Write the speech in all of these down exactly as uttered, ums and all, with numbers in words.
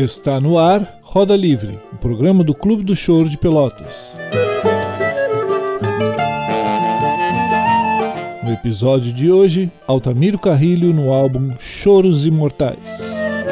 Está no ar Roda Livre, o programa do Clube do Choro de Pelotas. No episódio de hoje, Altamiro Carrilho no álbum Choros Imortais.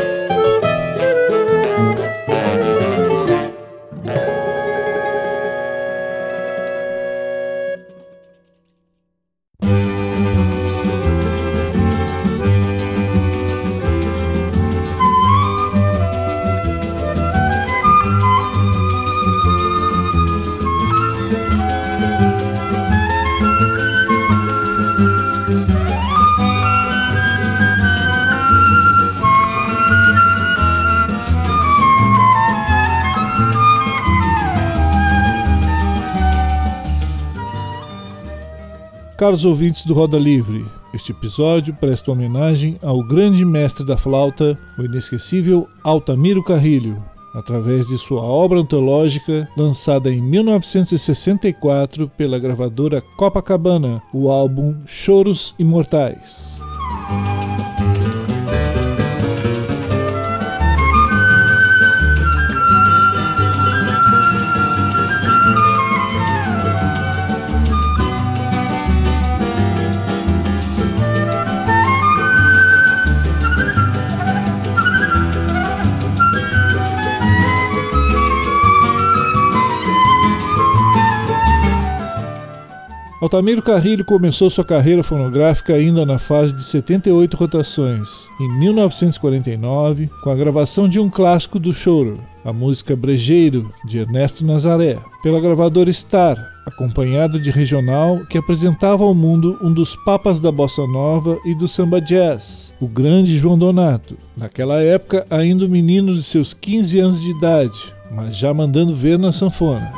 Caros ouvintes do Roda Livre, este episódio presta homenagem ao grande mestre da flauta, o inesquecível Altamiro Carrilho, através de sua obra antológica lançada em mil novecentos e sessenta e quatro pela gravadora Copacabana, o álbum Choros Imortais. Altamiro Carrilho começou sua carreira fonográfica ainda na fase de setenta e oito rotações, em mil novecentos e quarenta e nove, com a gravação de um clássico do choro, a música Brejeiro, de Ernesto Nazaré, pela gravadora Star, acompanhado de regional que apresentava ao mundo um dos papas da bossa nova e do samba jazz, o grande João Donato, naquela época ainda um menino de seus quinze anos de idade, mas já mandando ver na sanfona.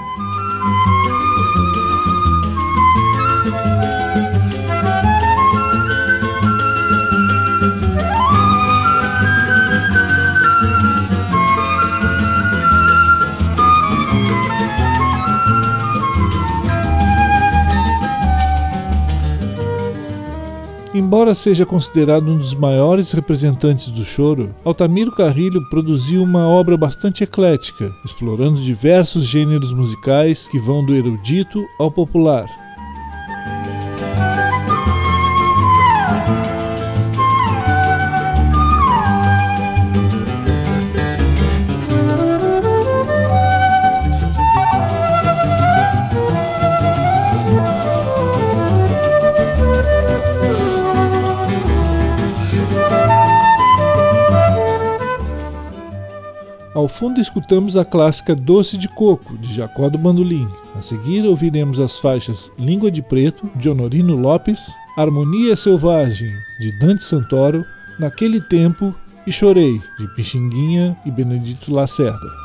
Embora seja considerado um dos maiores representantes do choro, Altamiro Carrilho produziu uma obra bastante eclética, explorando diversos gêneros musicais que vão do erudito ao popular. Ao fundo escutamos a clássica Doce de Coco, de Jacó do Bandolim. A seguir ouviremos as faixas Língua de Preto, de Honorino Lopes, Harmonia Selvagem, de Dante Santoro, Naquele Tempo e Chorei, de Pixinguinha e Benedito Lacerda.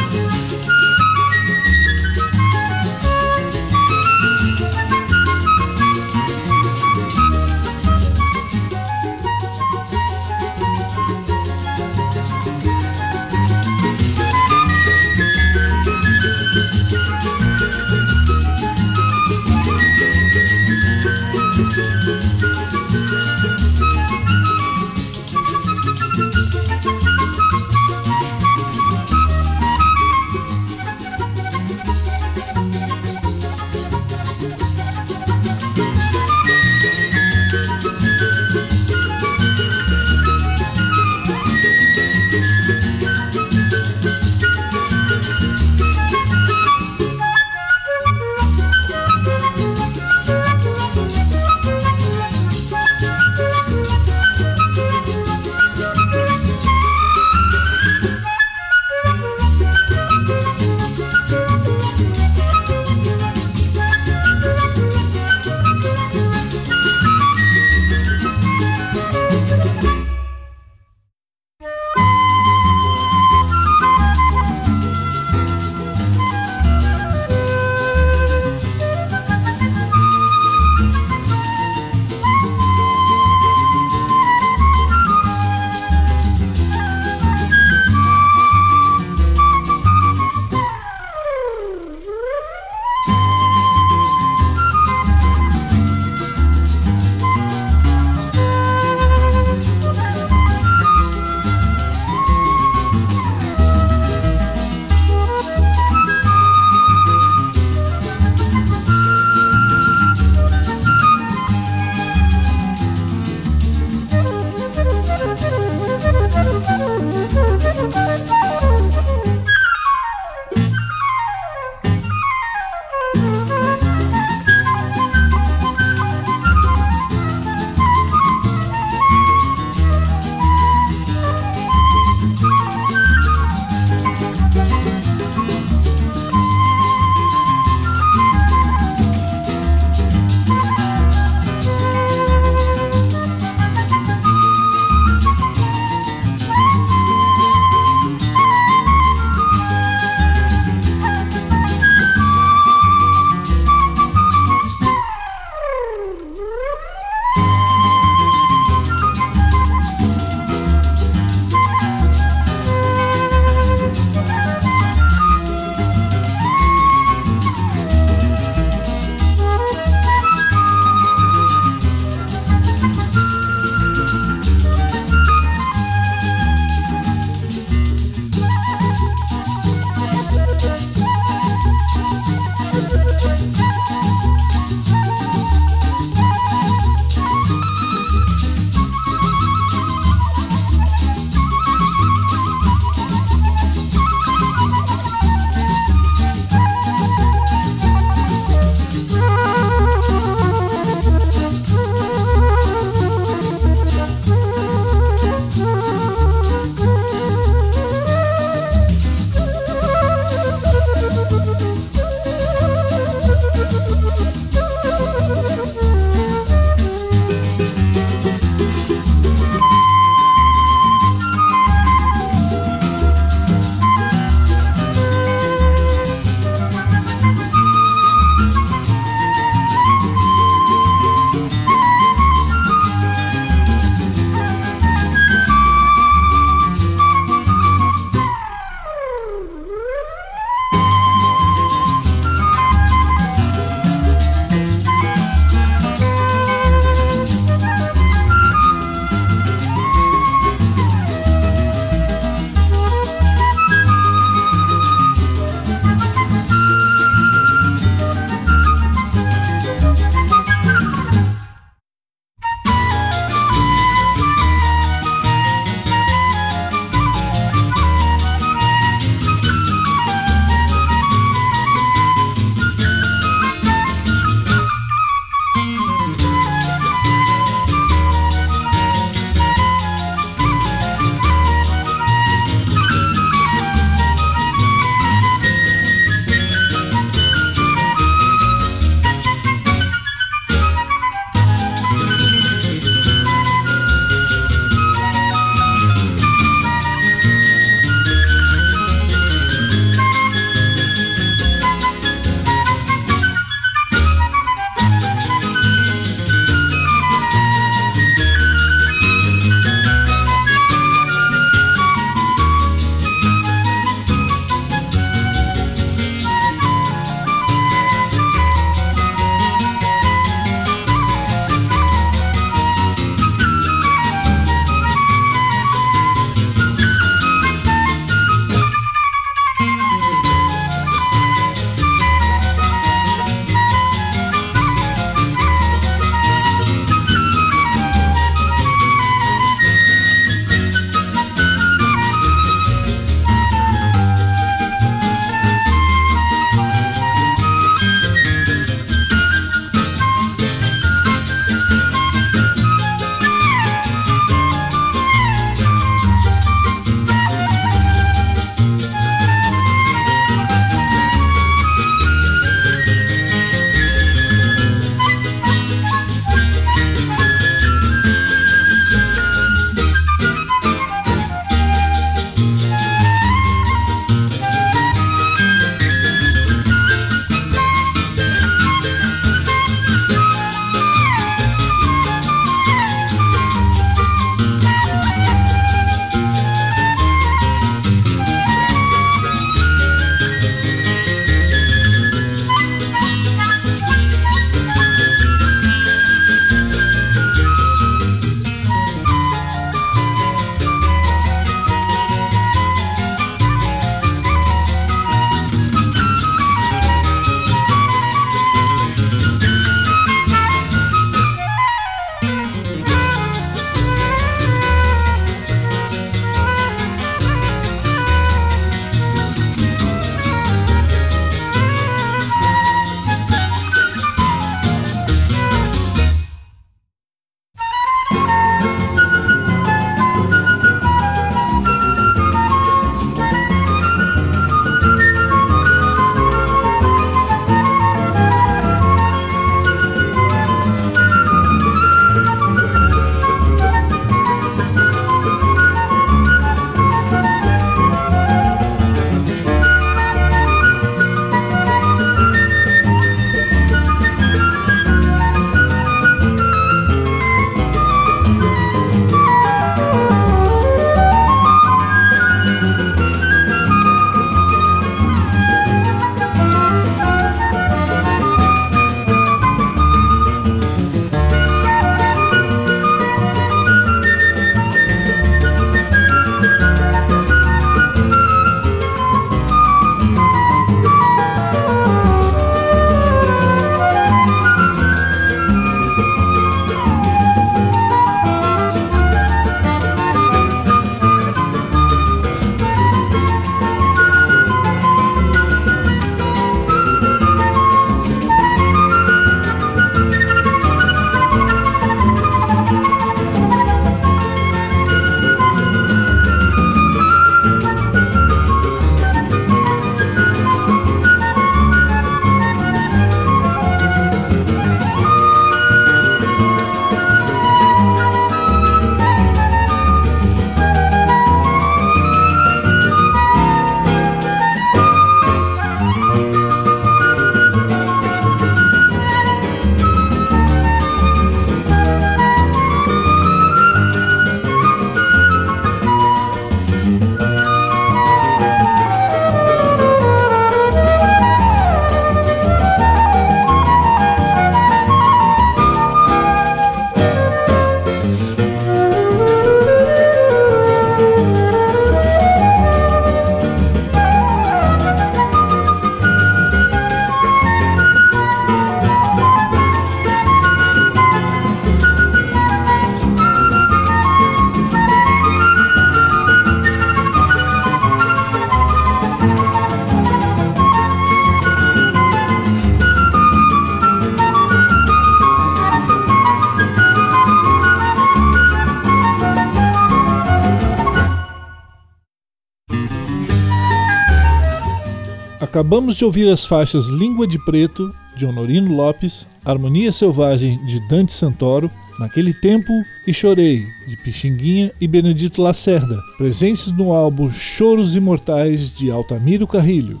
Acabamos de ouvir as faixas Língua de Preto, de Honorino Lopes, Harmonia Selvagem, de Dante Santoro, Naquele Tempo e Chorei, de Pixinguinha e Benedito Lacerda, presentes no álbum Choros Imortais, de Altamiro Carrilho.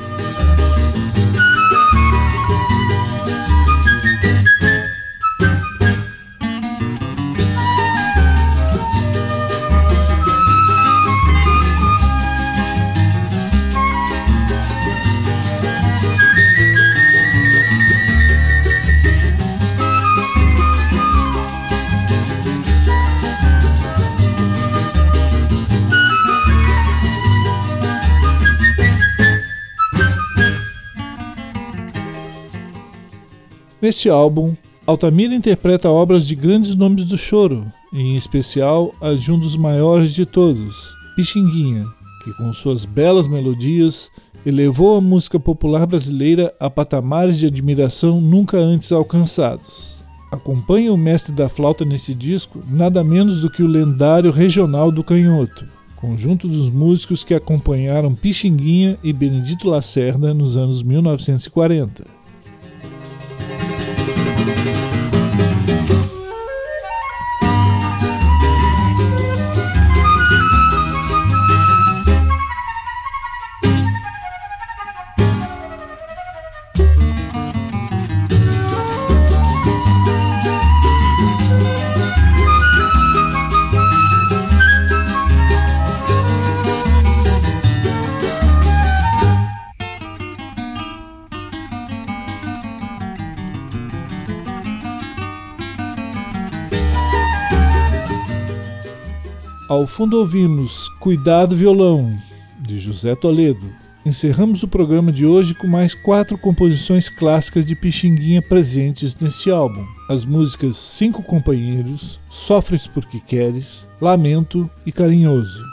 Neste álbum, Altamiro interpreta obras de grandes nomes do choro, em especial as de um dos maiores de todos, Pixinguinha, que com suas belas melodias elevou a música popular brasileira a patamares de admiração nunca antes alcançados. Acompanha o mestre da flauta nesse disco nada menos do que o lendário Regional do Canhoto, conjunto dos músicos que acompanharam Pixinguinha e Benedito Lacerda nos anos mil novecentos e quarenta. Ao fundo ouvimos Cuidado Violão, de José Toledo. Encerramos o programa de hoje com mais quatro composições clássicas de Pixinguinha presentes neste álbum. As músicas Cinco Companheiros, Sofres Porque Queres, Lamento e Carinhoso.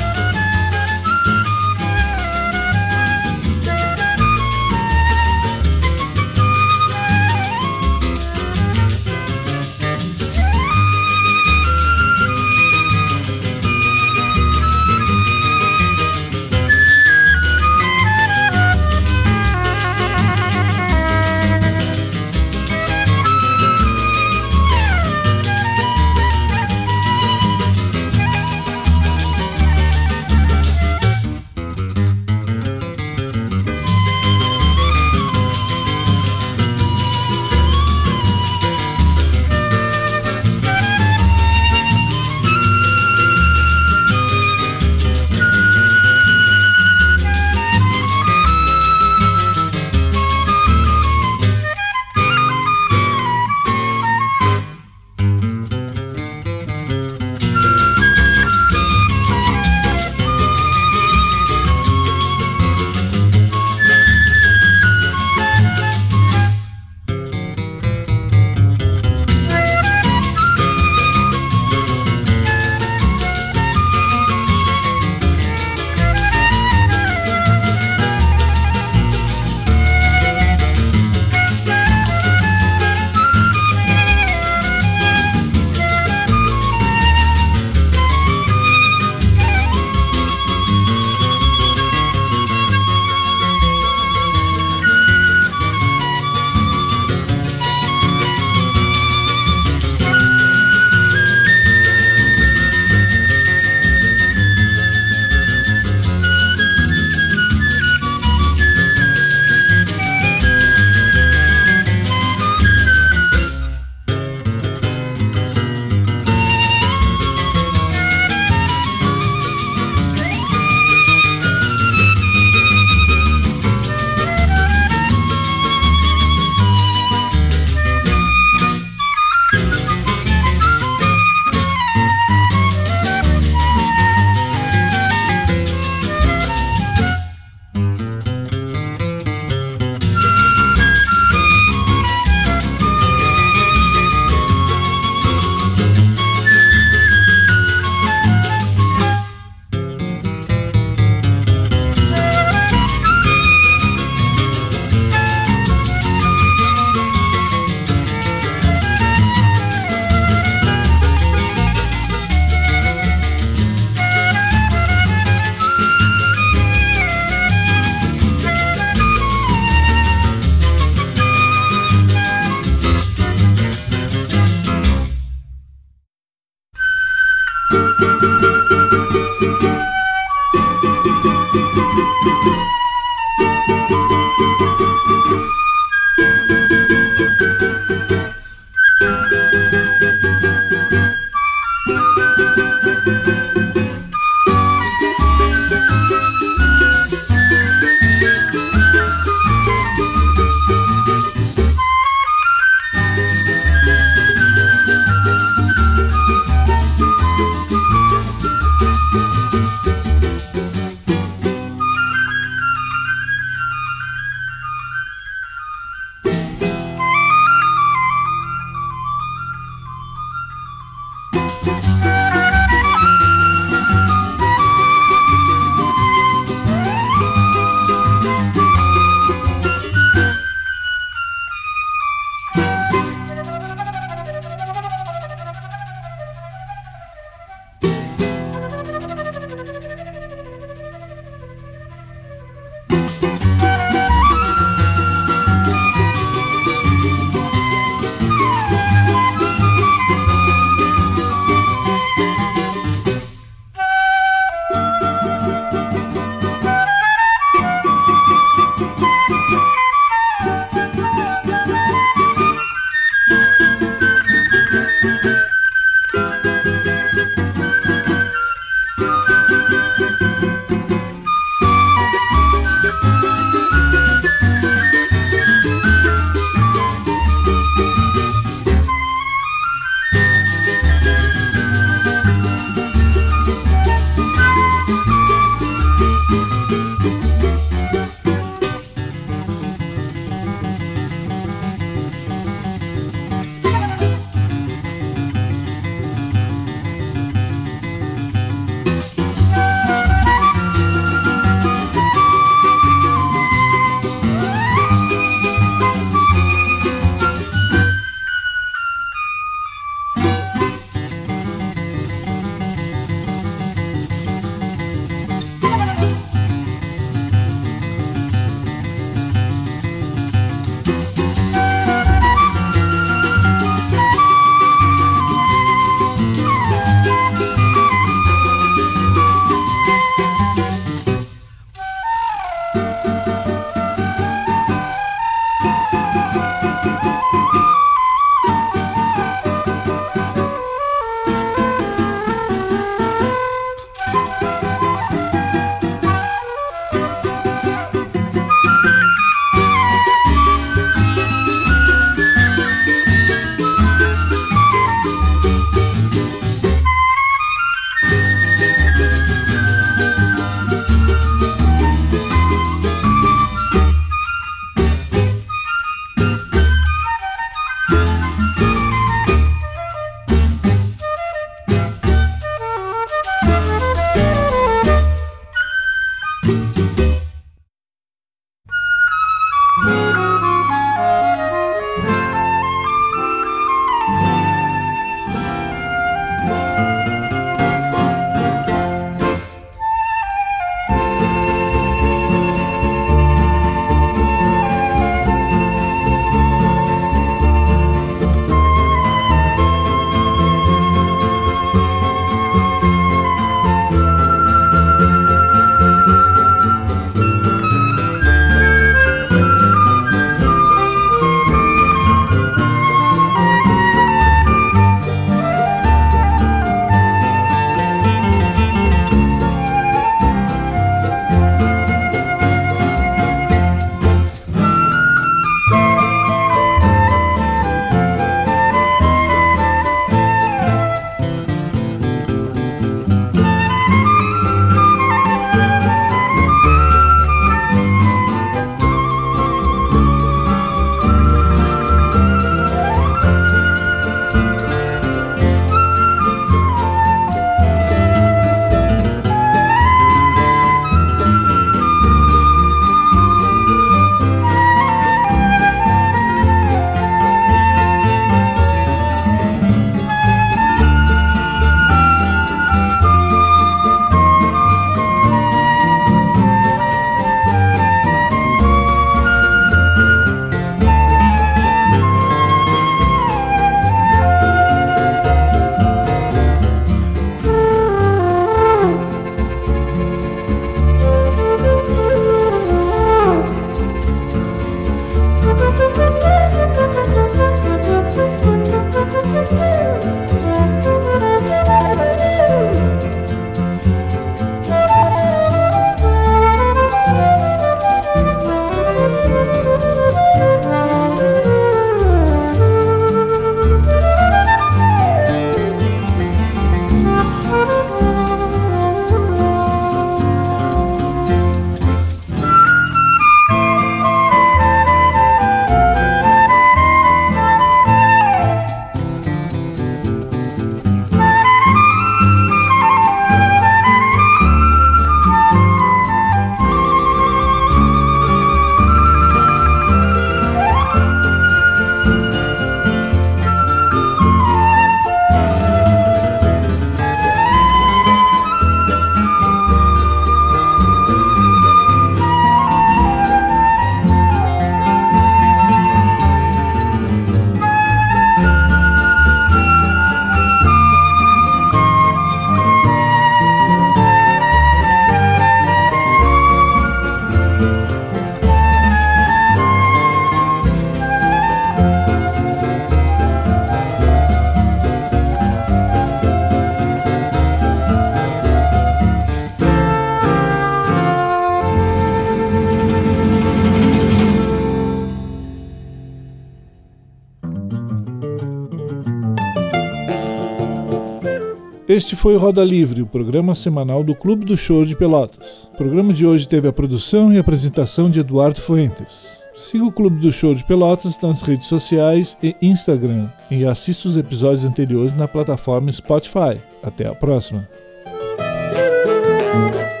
Este foi o Roda Livre, o programa semanal do Clube do Choro de Pelotas. O programa de hoje teve a produção e apresentação de Eduardo Fuentes. Siga o Clube do Choro de Pelotas nas redes sociais e Instagram e assista os episódios anteriores na plataforma Spotify. Até a próxima!